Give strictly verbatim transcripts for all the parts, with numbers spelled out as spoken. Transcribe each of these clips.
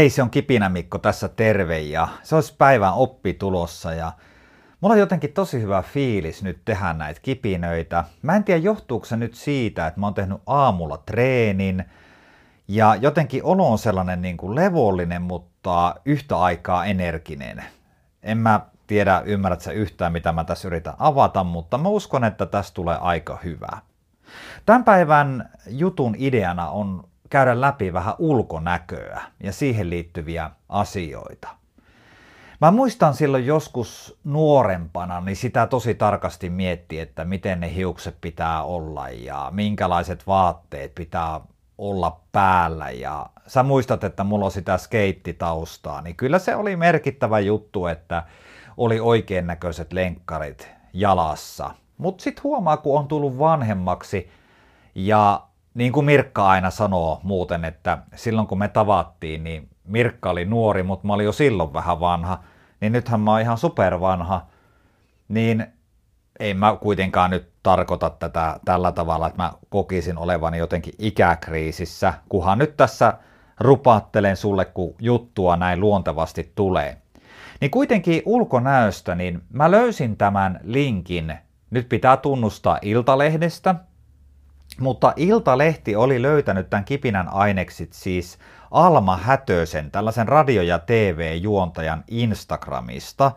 Hei, se on Kipinä Mikko tässä terve ja se olisi päivän oppi tulossa ja mulla on jotenkin tosi hyvä fiilis nyt tehdä näitä kipinöitä. Mä en tiedä johtuuko se nyt siitä, että mä oon tehnyt aamulla treenin ja jotenkin olo on sellainen niin kuin levollinen, mutta yhtä aikaa energinen. En mä tiedä, ymmärrät sä yhtään mitä mä tässä yritän avata, mutta mä uskon, että tästä tulee aika hyvä. Tämän päivän jutun ideana on käydä läpi vähän ulkonäköä ja siihen liittyviä asioita. Mä muistan silloin joskus nuorempana, niin sitä tosi tarkasti mietti, että miten ne hiukset pitää olla ja minkälaiset vaatteet pitää olla päällä. Ja sä muistat, että mulla on sitä skeittitaustaa, niin kyllä se oli merkittävä juttu, että oli oikein näköiset lenkkarit jalassa. Mutta sitten huomaa, kun on tullut vanhemmaksi ja niin kuin Mirkka aina sanoo muuten, että silloin kun me tavattiin, niin Mirkka oli nuori, mutta mä olin jo silloin vähän vanha, niin nythän mä oon ihan supervanha, niin ei mä kuitenkaan nyt tarkoita tätä tällä tavalla, että mä kokisin olevani jotenkin ikäkriisissä, kunhan nyt tässä rupattelen sulle, kun juttua näin luontevasti tulee. Niin kuitenkin ulkonäöstä, niin mä löysin tämän linkin, nyt pitää tunnustaa Iltalehdestä, mutta Iltalehti oli löytänyt tämän kipinän aineksit siis Alma Hätösen, tällaisen radio- ja T V-juontajan Instagramista.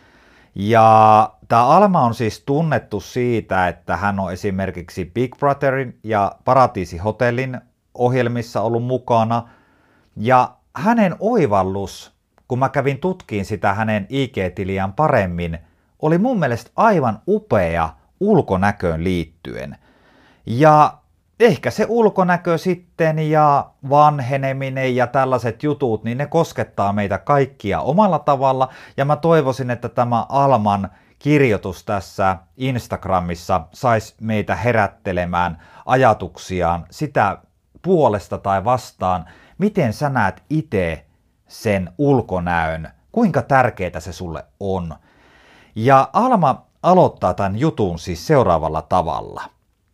Ja tämä Alma on siis tunnettu siitä, että hän on esimerkiksi Big Brotherin ja Paratiisi Hotellin ohjelmissa ollut mukana. Ja hänen oivallus, kun mä kävin tutkiin sitä hänen I G-tiliään paremmin, oli mun mielestä aivan upea ulkonäköön liittyen. Ja ehkä se ulkonäkö sitten ja vanheneminen ja tällaiset jutut, niin ne koskettaa meitä kaikkia omalla tavalla. Ja mä toivoisin, että tämä Alman kirjoitus tässä Instagramissa saisi meitä herättelemään ajatuksiaan sitä puolesta tai vastaan, miten sä näet itse sen ulkonäön, kuinka tärkeää se sulle on. Ja Alma aloittaa tämän jutun siis seuraavalla tavalla.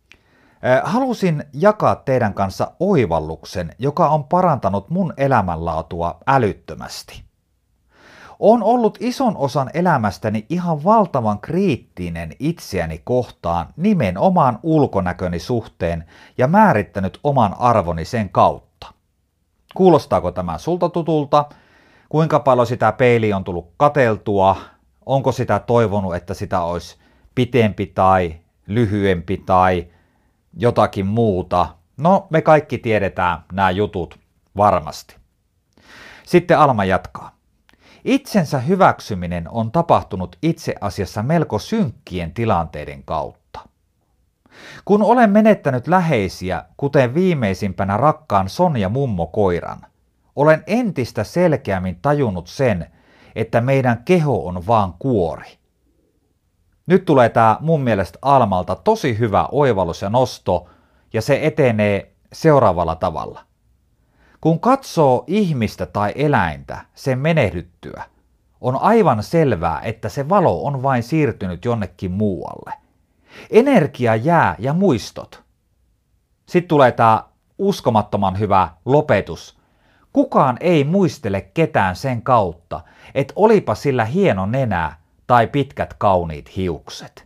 Halusin jakaa teidän kanssa oivalluksen, joka on parantanut mun elämänlaatua älyttömästi. Olen ollut ison osan elämästäni ihan valtavan kriittinen itseäni kohtaan nimenomaan ulkonäköni suhteen ja määrittänyt oman arvoni sen kautta. Kuulostaako tämä sulta tutulta? Kuinka paljon sitä peiliä on tullut kateltua? Onko sitä toivonut, että sitä olisi pitempi tai lyhyempi tai jotakin muuta? No, me kaikki tiedetään nämä jutut varmasti. Sitten Alma jatkaa. Itsensä hyväksyminen on tapahtunut itse asiassa melko synkkien tilanteiden kautta. Kun olen menettänyt läheisiä, kuten viimeisimpänä rakkaan Sonja mummokoiran, olen entistä selkeämmin tajunnut sen, että meidän keho on vaan kuori. Nyt tulee tämä mun mielestä Almalta tosi hyvä oivallus ja nosto, ja se etenee seuraavalla tavalla. Kun katsoo ihmistä tai eläintä sen menehdyttyä, on aivan selvää, että se valo on vain siirtynyt jonnekin muualle. Energia jää ja muistot. Sitten tulee tämä uskomattoman hyvä lopetus. Kukaan ei muistele ketään sen kautta, että olipa sillä hieno nenä tai pitkät kauniit hiukset.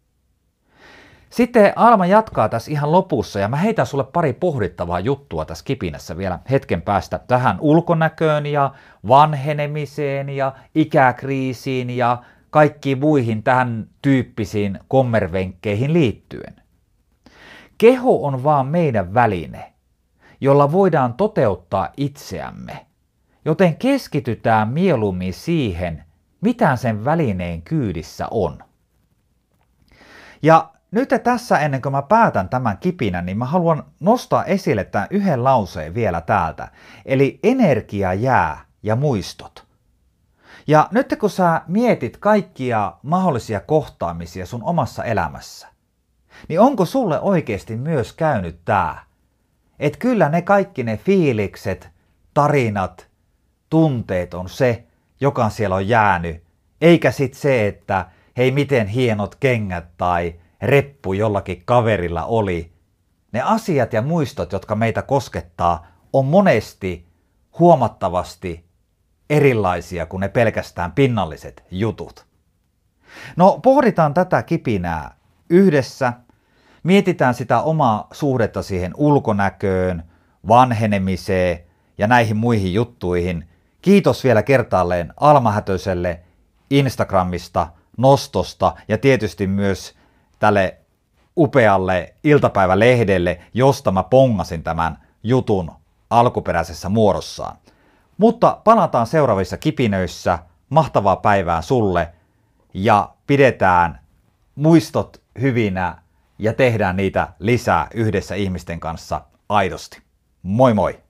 Sitten Alma jatkaa tässä ihan lopussa ja mä heitän sulle pari pohdittavaa juttua tässä kipinässä vielä hetken päästä tähän ulkonäköön ja vanhenemiseen ja ikäkriisiin ja kaikkiin muihin tähän tyyppisiin kommervenkkeihin liittyen. Keho on vaan meidän väline, jolla voidaan toteuttaa itseämme, joten keskitytään mieluummin siihen, mitä sen välineen kyydissä on. Ja nyt tässä ennen kuin mä päätän tämän kipinän, niin mä haluan nostaa esille tämän yhden lauseen vielä täältä. Eli energia jää ja muistot. Ja nyt kun sä mietit kaikkia mahdollisia kohtaamisia sun omassa elämässä, niin onko sulle oikeasti myös käynyt tää? Että kyllä ne kaikki ne fiilikset, tarinat, tunteet on se, joka siellä on jäänyt, eikä sit se, että hei miten hienot kengät tai reppu jollakin kaverilla oli. Ne asiat ja muistot, jotka meitä koskettaa, on monesti huomattavasti erilaisia kuin ne pelkästään pinnalliset jutut. No pohditaan tätä kipinää yhdessä, mietitään sitä omaa suhdetta siihen ulkonäköön, vanhenemiseen ja näihin muihin juttuihin. Kiitos vielä kertaalleen Alma Hätöselle Instagramista, nostosta ja tietysti myös tälle upealle iltapäivälehdelle, josta mä pongasin tämän jutun alkuperäisessä muodossaan. Mutta palataan seuraavissa kipinöissä. Mahtavaa päivää sulle ja pidetään muistot hyvinä ja tehdään niitä lisää yhdessä ihmisten kanssa aidosti. Moi moi!